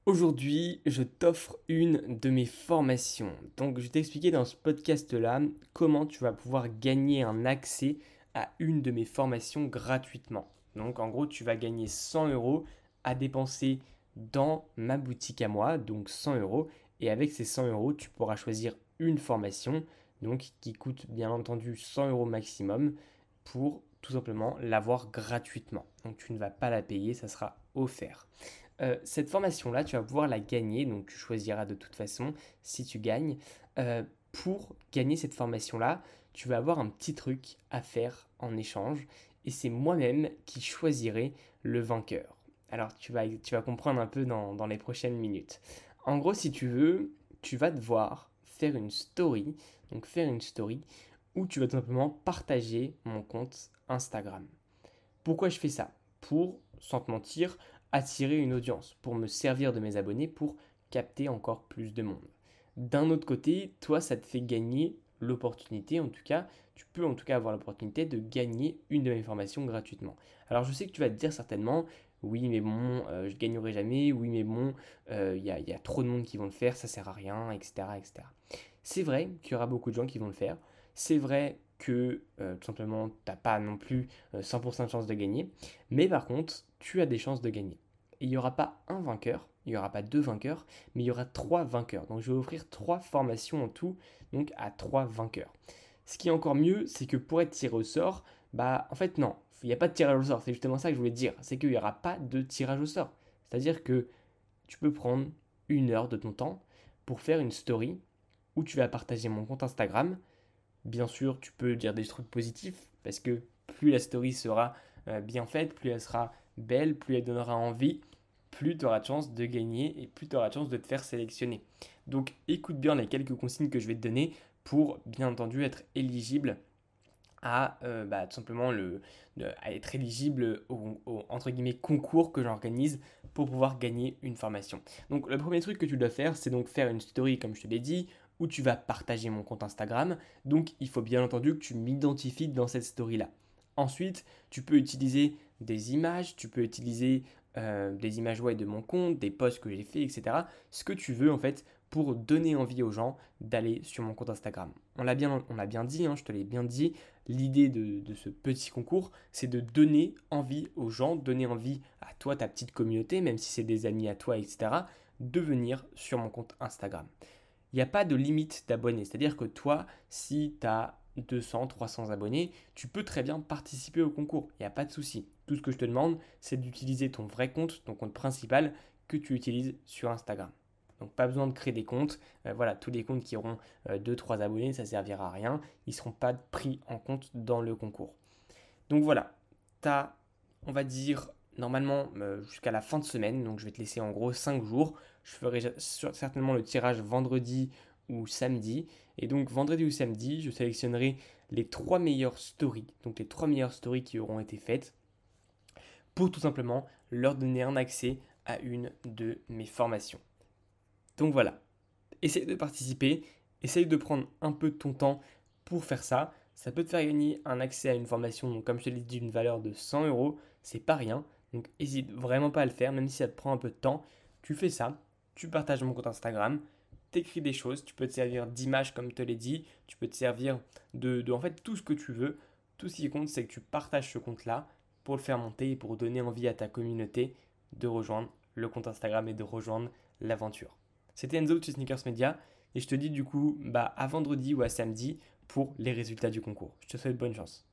Aujourd'hui, je t'offre une de mes formations. Donc, je vais t'expliquer dans ce podcast-là comment tu vas pouvoir gagner un accès à une de mes formations gratuitement. Donc, en gros, tu vas gagner 100 euros à dépenser dans ma boutique à moi, donc 100 euros. Et avec ces 100 euros, tu pourras choisir une formation, donc qui coûte bien entendu 100 euros maximum pour tout simplement l'avoir gratuitement. Donc, tu ne vas pas la payer, ça sera offert. Cette formation-là, tu vas pouvoir la gagner, donc tu choisiras de toute façon si tu gagnes. Pour gagner cette formation-là, tu vas avoir un petit truc à faire en échange, et c'est moi-même qui choisirai le vainqueur. Alors tu vas comprendre un peu dans les prochaines minutes. En gros, si tu veux, tu vas devoir faire une story, donc faire une story où tu vas tout simplement partager mon compte Instagram. Pourquoi je fais ça? Pour, sans te mentir, attirer une audience, pour me servir de mes abonnés, pour capter encore plus de monde. D'un autre côté, toi, ça te fait gagner l'opportunité, en tout cas, tu peux en tout cas avoir l'opportunité de gagner une de mes formations gratuitement. Alors je sais que tu vas te dire certainement, oui mais bon, je ne gagnerai jamais, oui mais bon, il y a trop de monde qui vont le faire, ça sert à rien, etc. etc. C'est vrai qu'il y aura beaucoup de gens qui vont le faire, c'est vrai que tout simplement, tu n'as pas non plus 100% de chance de gagner. Mais par contre, tu as des chances de gagner. Et il n'y aura pas un vainqueur, il n'y aura pas deux vainqueurs, mais il y aura trois vainqueurs. Donc je vais offrir trois formations en tout, donc à trois vainqueurs. Ce qui est encore mieux, c'est que pour être tiré au sort, bah en fait non, il n'y a pas de tirage au sort. C'est justement ça que je voulais te dire. C'est qu'il n'y aura pas de tirage au sort. C'est-à-dire que tu peux prendre 1 heure de ton temps pour faire une story où tu vas partager mon compte Instagram. Bien sûr, tu peux dire des trucs positifs parce que plus la story sera bien faite, plus elle sera belle, plus elle donnera envie, plus tu auras de chance de gagner et plus tu auras de chance de te faire sélectionner. Donc écoute bien les quelques consignes que je vais te donner pour bien entendu être éligible à tout simplement à être éligible au entre guillemets concours que j'organise pour pouvoir gagner une formation. Donc le premier truc que tu dois faire, c'est donc faire une story comme je te l'ai dit, où tu vas partager mon compte Instagram. Donc il faut bien entendu que tu m'identifies dans cette story-là. Ensuite, tu peux utiliser des images, tu peux utiliser des images web de mon compte, des posts que j'ai fait, etc. Ce que tu veux en fait pour donner envie aux gens d'aller sur mon compte Instagram. On l'a bien dit, hein, je te l'ai bien dit, l'idée de ce petit concours, c'est de donner envie aux gens, donner envie à toi, ta petite communauté, même si c'est des amis à toi, etc., de venir sur mon compte Instagram. Il n'y a pas de limite d'abonnés, c'est-à-dire que toi, si tu as 200, 300 abonnés, tu peux très bien participer au concours, il n'y a pas de souci. Tout ce que je te demande, c'est d'utiliser ton vrai compte, ton compte principal que tu utilises sur Instagram. Donc pas besoin de créer des comptes. Voilà, tous les comptes qui auront 2-3 abonnés, ça ne servira à rien. Ils ne seront pas pris en compte dans le concours. Donc voilà, tu as, on va dire, normalement jusqu'à la fin de semaine. Donc je vais te laisser en gros 5 jours. Je ferai certainement le tirage vendredi ou samedi. Et donc vendredi ou samedi, je sélectionnerai les 3 meilleures stories. Donc les 3 meilleures stories qui auront été faites pour tout simplement leur donner un accès à une de mes formations. Donc voilà, essaye de participer, essaye de prendre un peu de ton temps pour faire ça. Ça peut te faire gagner un accès à une formation, donc comme je te l'ai dit, d'une valeur de 100 euros, c'est pas rien. Donc n'hésite vraiment pas à le faire, même si ça te prend un peu de temps. Tu fais ça, tu partages mon compte Instagram, t'écris des choses, tu peux te servir d'images comme je te l'ai dit, tu peux te servir de en fait tout ce que tu veux. Tout ce qui compte, c'est que tu partages ce compte-là pour le faire monter et pour donner envie à ta communauté de rejoindre le compte Instagram et de rejoindre l'aventure. C'était Enzo de chez Sneakers Media et je te dis du coup à vendredi ou à samedi pour les résultats du concours. Je te souhaite bonne chance.